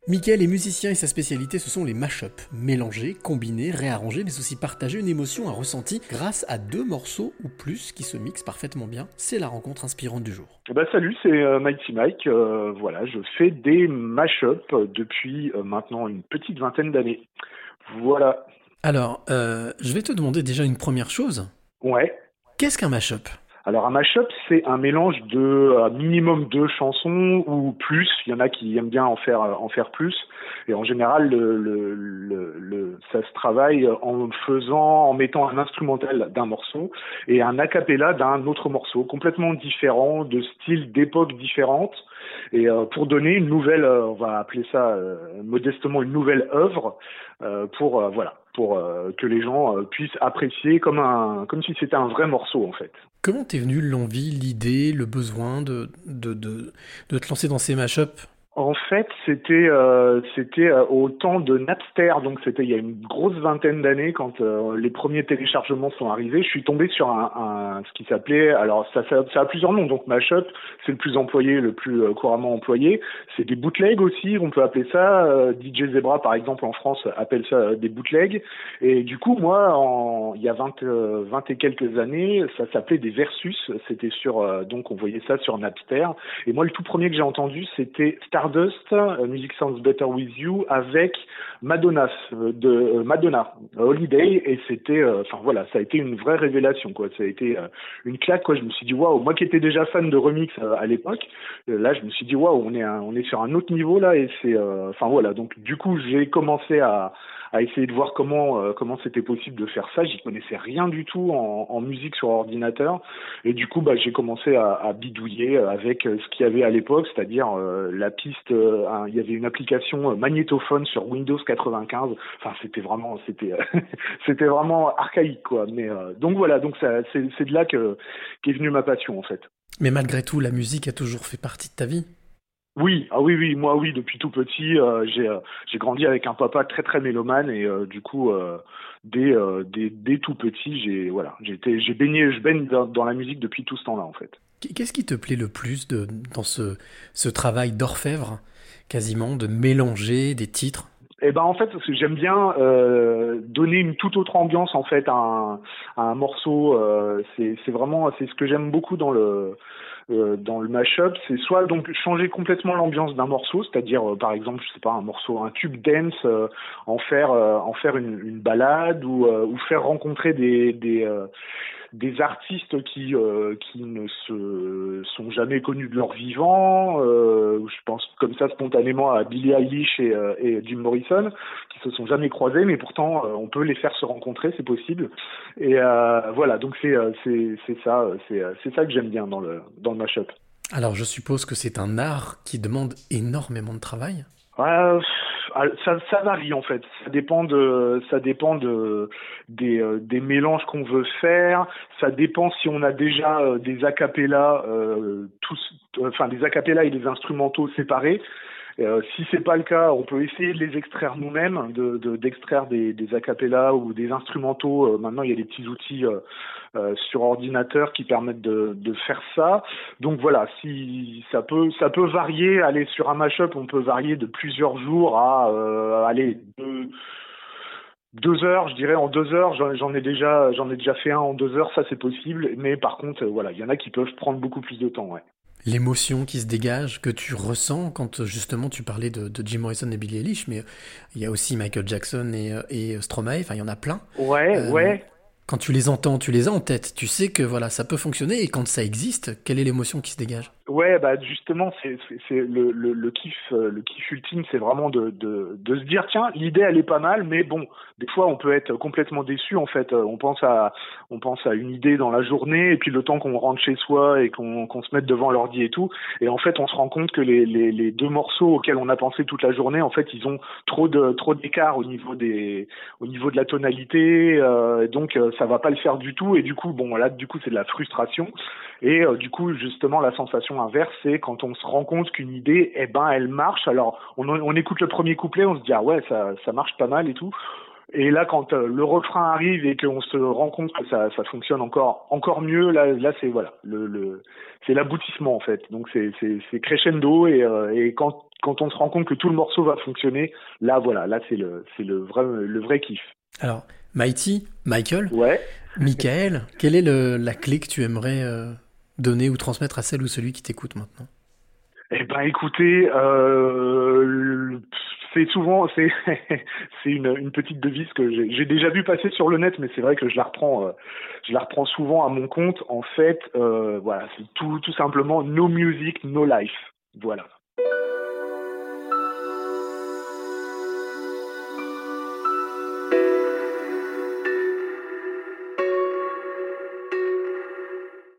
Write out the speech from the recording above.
Mickaël est musicien et sa spécialité ce sont les mash-ups. Mélanger, combiner, réarranger, mais aussi partager une émotion, un ressenti grâce à deux morceaux ou plus qui se mixent parfaitement bien. C'est la rencontre inspirante du jour. Salut, c'est Mighty Mike. Voilà, je fais des mash-ups depuis maintenant une petite vingtaine d'années. Voilà. Alors, je vais te demander déjà une première chose. Ouais. Qu'est-ce qu'un mash-up? Alors un mashup, c'est un mélange de minimum deux chansons ou plus. Il y en a qui aiment bien en faire plus. Et en général, ça se travaille en mettant un instrumental d'un morceau et un a cappella d'un autre morceau, complètement différent, de style, d'époque différente. Et pour donner une nouvelle, on va appeler ça modestement une nouvelle œuvre, pour que les gens puissent apprécier comme si c'était un vrai morceau en fait. Comment t'es venu l'envie, l'idée, le besoin de te lancer dans ces mash-ups? En fait, c'était au temps de Napster, donc c'était il y a une grosse vingtaine d'années quand les premiers téléchargements sont arrivés. Je suis tombé sur ce qui s'appelait, alors ça a plusieurs noms, donc Mashup, c'est le plus employé, le plus couramment employé. C'est des bootlegs aussi, on peut appeler ça. DJ Zebra par exemple en France appelle ça des bootlegs. Et du coup moi, il y a 20 et quelques années, ça s'appelait des versus. C'était donc on voyait ça sur Napster. Et moi le tout premier que j'ai entendu c'était Stardust, Music Sounds Better With You, avec Madonna, Holiday, et c'était, ça a été une vraie révélation, quoi. Ça a été une claque, quoi. Je me suis dit, waouh, moi qui étais déjà fan de remix à l'époque, là, je me suis dit, waouh, on est sur un autre niveau là, et donc du coup, j'ai commencé à essayer de voir comment c'était possible de faire ça. J'y connaissais rien du tout en musique sur ordinateur, et du coup, j'ai commencé à bidouiller avec ce qu'il y avait à l'époque, c'est-à-dire la piste. Il y avait une application magnétophone sur Windows 95. Enfin, c'était vraiment archaïque, quoi. Mais donc voilà, donc c'est de là qu'est venue ma passion en fait. Mais malgré tout, la musique a toujours fait partie de ta vie. Oui, ah oui, oui, moi oui, depuis tout petit, j'ai grandi avec un papa très très mélomane et du coup, dès tout petit, je baigne dans la musique depuis tout ce temps-là en fait. Qu'est-ce qui te plaît le plus dans ce travail d'orfèvre, quasiment, de mélanger des titres? Eh ben en fait, parce que j'aime bien donner une toute autre ambiance en fait à un morceau. C'est ce que j'aime beaucoup dans le mashup, c'est soit donc changer complètement l'ambiance d'un morceau, c'est-à-dire par exemple, je sais pas, un tube dance, en faire une balade ou faire rencontrer des artistes qui ne se sont jamais connus de leur vivant. Je pense comme ça spontanément à Billie Eilish et Jim Morrison, qui se sont jamais croisés, mais pourtant on peut les faire se rencontrer, c'est possible. Et voilà, donc c'est ça que j'aime bien dans le mashup. Alors, je suppose que c'est un art qui demande énormément de travail. Ça varie en fait. Ça dépend des mélanges qu'on veut faire. Ça dépend si on a déjà des acapellas, des acapellas et des instrumentaux séparés. Si c'est pas le cas, on peut essayer de les extraire nous-mêmes, d'extraire des acapellas ou des instrumentaux. Maintenant, il y a des petits outils sur ordinateur qui permettent de faire ça. Donc voilà, si ça peut varier. Aller sur un mashup, on peut varier de plusieurs jours à aller 2 heures, je dirais. En 2 heures, j'en ai déjà fait un en 2 heures, ça c'est possible. Mais par contre, voilà, il y en a qui peuvent prendre beaucoup plus de temps, ouais. L'émotion qui se dégage, que tu ressens quand justement tu parlais de Jim Morrison et Billie Eilish, mais il y a aussi Michael Jackson et Stromae, enfin il y en a plein. Ouais, Euh, ouais. Quand tu les entends, tu les as en tête, tu sais que voilà, ça peut fonctionner et quand ça existe, quelle est l'émotion qui se dégage? Ouais, justement, c'est le kiff ultime, c'est vraiment de se dire tiens, l'idée elle est pas mal, mais bon, des fois on peut être complètement déçu en fait. On pense à une idée dans la journée et puis le temps qu'on rentre chez soi et qu'on se mette devant l'ordi et tout, et en fait on se rend compte que les deux morceaux auxquels on a pensé toute la journée, en fait ils ont trop d'écart au niveau de la tonalité, donc ça va pas le faire du tout, et du coup bon là du coup c'est de la frustration. Et du coup, justement, la sensation inverse, c'est quand on se rend compte qu'une idée, eh ben, elle marche. Alors, on écoute le premier couplet, on se dit ah ouais, ça marche pas mal et tout. Et là, quand le refrain arrive et qu'on se rend compte que ça fonctionne encore mieux, là c'est voilà c'est l'aboutissement en fait. Donc c'est crescendo et quand on se rend compte que tout le morceau va fonctionner, là voilà, là c'est le vrai kiff. Alors, Mighty, Michael, Ouais. Michael, quelle est la clé que tu aimerais donner ou transmettre à celle ou celui qui t'écoute maintenant? Eh ben écoutez, c'est c'est une petite devise que j'ai déjà vu passer sur le net, mais c'est vrai que je la reprends souvent à mon compte. En fait, voilà, c'est tout simplement no music, no life. Voilà.